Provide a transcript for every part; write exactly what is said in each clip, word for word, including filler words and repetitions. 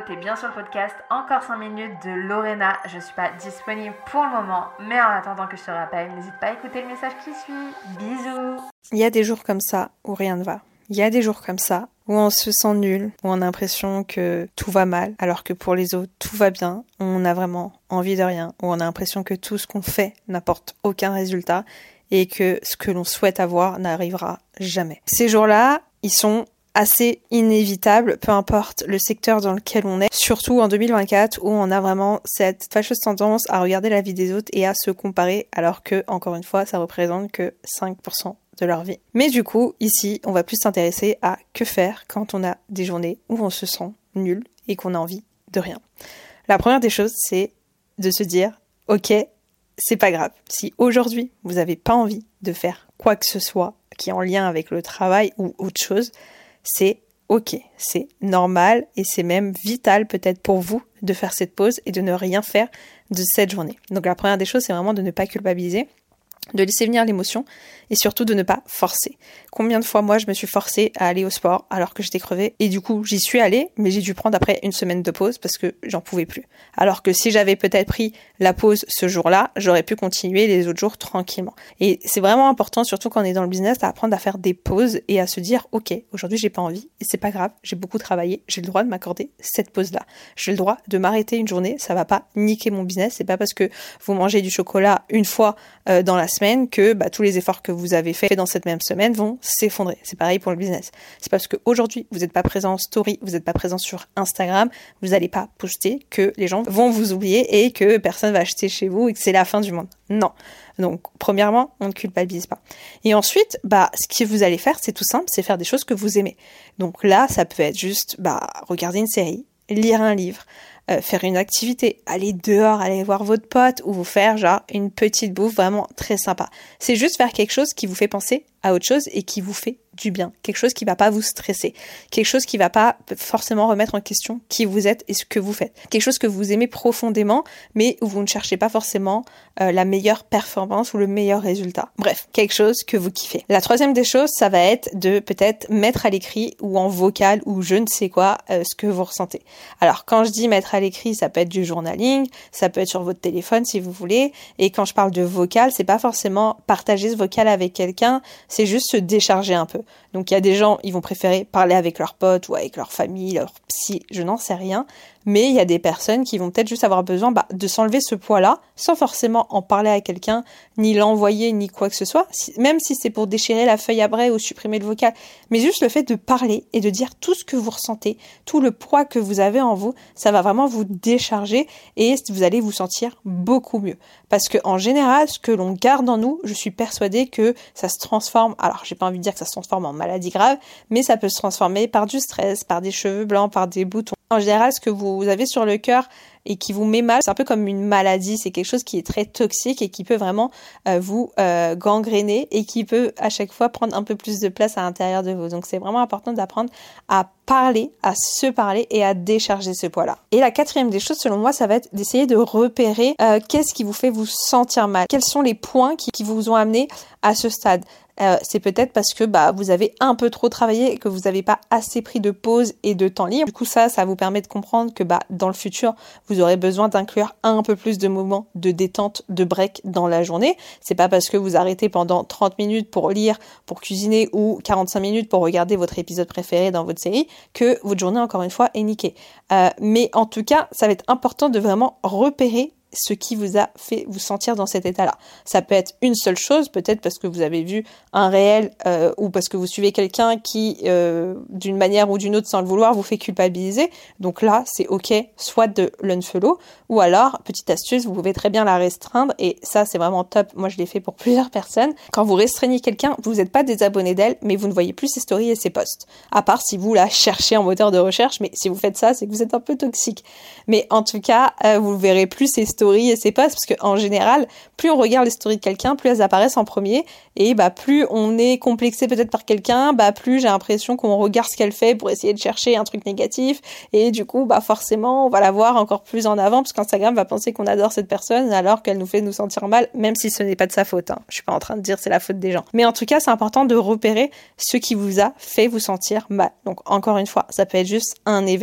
t'es bien sur le podcast Encore cinq minutes de Lorena. Je suis pas disponible pour le moment, mais en attendant que je te rappelle, n'hésite pas à écouter le message qui suit. Bisous. Il y a des jours comme ça où rien ne va. Il y a des jours comme ça où on se sent nul, où on a l'impression que tout va mal, alors que pour les autres, tout va bien, où on a vraiment envie de rien, où on a l'impression que tout ce qu'on fait n'apporte aucun résultat et que ce que l'on souhaite avoir n'arrivera jamais. Ces jours-là, ils sont assez inévitables, peu importe le secteur dans lequel on est, surtout en deux mille vingt-quatre où on a vraiment cette fâcheuse tendance à regarder la vie des autres et à se comparer, alors que, encore une fois, ça représente que cinq pour cent de leur vie. Mais du coup, ici, on va plus s'intéresser à que faire quand on a des journées où on se sent nul et qu'on a envie de rien. La première des choses, c'est de se dire, ok, c'est pas grave. Si aujourd'hui, vous n'avez pas envie de faire quoi que ce soit qui est en lien avec le travail ou autre chose, c'est ok, c'est normal et c'est même vital peut-être pour vous de faire cette pause et de ne rien faire de cette journée. Donc la première des choses, c'est vraiment de ne pas culpabiliser, de laisser venir l'émotion et surtout de ne pas forcer. Combien de fois moi je me suis forcée à aller au sport alors que j'étais crevée et du coup j'y suis allée mais j'ai dû prendre après une semaine de pause parce que j'en pouvais plus. Alors que si j'avais peut-être pris la pause ce jour-là, j'aurais pu continuer les autres jours tranquillement. Et c'est vraiment important, surtout quand on est dans le business, à apprendre à faire des pauses et à se dire ok, aujourd'hui j'ai pas envie et c'est pas grave, j'ai beaucoup travaillé, j'ai le droit de m'accorder cette pause-là. J'ai le droit de m'arrêter une journée, ça va pas niquer mon business, c'est pas parce que vous mangez du chocolat une fois euh, dans la semaine que bah, tous les efforts que vous avez fait dans cette même semaine vont s'effondrer. C'est pareil pour le business. C'est parce qu'aujourd'hui, vous n'êtes pas présent en story, vous n'êtes pas présent sur Instagram, vous n'allez pas poster que les gens vont vous oublier et que personne va acheter chez vous et que c'est la fin du monde. Non. Donc, premièrement, on ne culpabilise pas. Et ensuite, bah, ce que vous allez faire, c'est tout simple, c'est faire des choses que vous aimez. Donc là, ça peut être juste, bah, regarder une série, lire un livre, Euh, faire une activité, aller dehors, aller voir votre pote ou vous faire genre une petite bouffe vraiment très sympa. C'est juste faire quelque chose qui vous fait penser à autre chose et qui vous fait du bien. Quelque chose qui va pas vous stresser. Quelque chose qui va pas forcément remettre en question qui vous êtes et ce que vous faites. Quelque chose que vous aimez profondément mais où vous ne cherchez pas forcément euh, la meilleure performance ou le meilleur résultat. Bref, quelque chose que vous kiffez. La troisième des choses, ça va être de peut-être mettre à l'écrit ou en vocal ou je ne sais quoi euh, ce que vous ressentez. Alors quand je dis mettre à l'écrit, ça peut être du journaling, ça peut être sur votre téléphone si vous voulez. Et quand je parle de vocal, c'est pas forcément partager ce vocal avec quelqu'un, c'est juste se décharger un peu. Donc il y a des gens, ils vont préférer parler avec leurs potes ou avec leur famille, leur psy, je n'en sais rien. Mais il y a des personnes qui vont peut-être juste avoir besoin bah, de s'enlever ce poids-là, sans forcément en parler à quelqu'un, ni l'envoyer, ni quoi que ce soit, si, même si c'est pour déchirer la feuille à brais ou supprimer le vocal. Mais juste le fait de parler et de dire tout ce que vous ressentez, tout le poids que vous avez en vous, ça va vraiment vous décharger et vous allez vous sentir beaucoup mieux. Parce que en général, ce que l'on garde en nous, je suis persuadée que ça se transforme, alors j'ai pas envie de dire que ça se transforme en maladie grave, mais ça peut se transformer par du stress, par des cheveux blancs, par des boutons. En général, ce que vous avez sur le cœur et qui vous met mal, c'est un peu comme une maladie, c'est quelque chose qui est très toxique et qui peut vraiment euh, vous euh, gangréner et qui peut à chaque fois prendre un peu plus de place à l'intérieur de vous. Donc c'est vraiment important d'apprendre à parler, à se parler et à décharger ce poids-là. Et la quatrième des choses, selon moi, ça va être d'essayer de repérer euh, qu'est-ce qui vous fait vous sentir mal. Quels sont les points qui, qui vous ont amené à ce stade. Euh, c'est peut-être parce que bah vous avez un peu trop travaillé et que vous n'avez pas assez pris de pause et de temps libre. Du coup ça, ça vous permet de comprendre que bah dans le futur, vous aurez besoin d'inclure un peu plus de moments de détente, de break dans la journée. C'est pas parce que vous arrêtez pendant trente minutes pour lire, pour cuisiner ou quarante-cinq minutes pour regarder votre épisode préféré dans votre série que votre journée, encore une fois, est niquée. Euh, mais en tout cas, ça va être important de vraiment repérer ce qui vous a fait vous sentir dans cet état-là. Ça peut être une seule chose, peut-être parce que vous avez vu un réel euh, ou parce que vous suivez quelqu'un qui, euh, d'une manière ou d'une autre, sans le vouloir, vous fait culpabiliser. Donc là, c'est ok, soit de l'unfollow, ou alors, petite astuce, vous pouvez très bien la restreindre, et ça, c'est vraiment top. Moi, je l'ai fait pour plusieurs personnes. Quand vous restreignez quelqu'un, vous n'êtes pas désabonné d'elle, mais vous ne voyez plus ses stories et ses posts. À part si vous la cherchez en moteur de recherche, mais si vous faites ça, c'est que vous êtes un peu toxique. Mais en tout cas, euh, vous verrez plus ses stories et ses posts, parce qu'en général, plus on regarde les stories de quelqu'un, plus elles apparaissent en premier, et bah plus on est complexé peut-être par quelqu'un, bah plus j'ai l'impression qu'on regarde ce qu'elle fait pour essayer de chercher un truc négatif, et du coup bah forcément on va la voir encore plus en avant, parce qu'Instagram va penser qu'on adore cette personne alors qu'elle nous fait nous sentir mal, même si ce n'est pas de sa faute, hein. Je suis pas en train de dire c'est la faute des gens, mais en tout cas c'est important de repérer ce qui vous a fait vous sentir mal. Donc encore une fois, ça peut être juste un événement,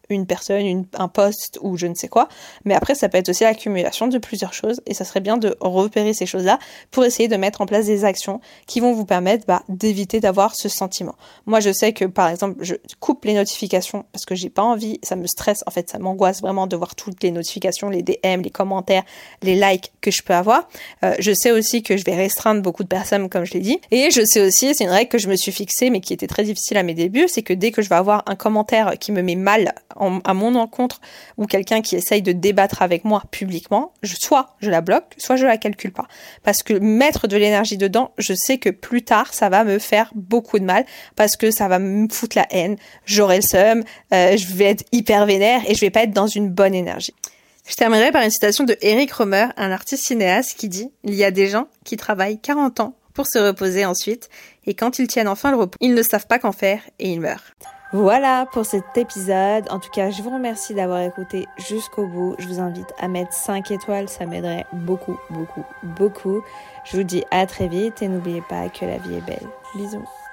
une personne, une, un post ou je ne sais quoi. Mais après, ça peut être aussi l'accumulation de plusieurs choses et ça serait bien de repérer ces choses-là pour essayer de mettre en place des actions qui vont vous permettre bah, d'éviter d'avoir ce sentiment. Moi, je sais que par exemple, je coupe les notifications parce que j'ai pas envie, ça me stresse, en fait, ça m'angoisse vraiment de voir toutes les notifications, les D M, les commentaires, les likes que je peux avoir. Euh, je sais aussi que je vais restreindre beaucoup de personnes, comme je l'ai dit. Et je sais aussi, c'est une règle que je me suis fixée, mais qui était très difficile à mes débuts, c'est que dès que je vais avoir un commentaire qui me met mal en, à mon encontre ou quelqu'un qui essaye de débattre avec moi publiquement, je, soit je la bloque, soit je la calcule pas. Parce que mettre de l'énergie dedans, je sais que plus tard, ça va me faire beaucoup de mal parce que ça va me foutre la haine, j'aurai le seum, euh, je vais être hyper vénère et je vais pas être dans une bonne énergie. Je terminerai par une citation de Eric Rohmer, un artiste cinéaste qui dit « Il y a des gens qui travaillent quarante ans pour se reposer ensuite et quand ils tiennent enfin le repos, ils ne savent pas qu'en faire et ils meurent. » Voilà pour cet épisode. En tout cas, je vous remercie d'avoir écouté jusqu'au bout. Je vous invite à mettre cinq étoiles, ça m'aiderait beaucoup, beaucoup, beaucoup. Je vous dis à très vite et n'oubliez pas que la vie est belle. Bisous.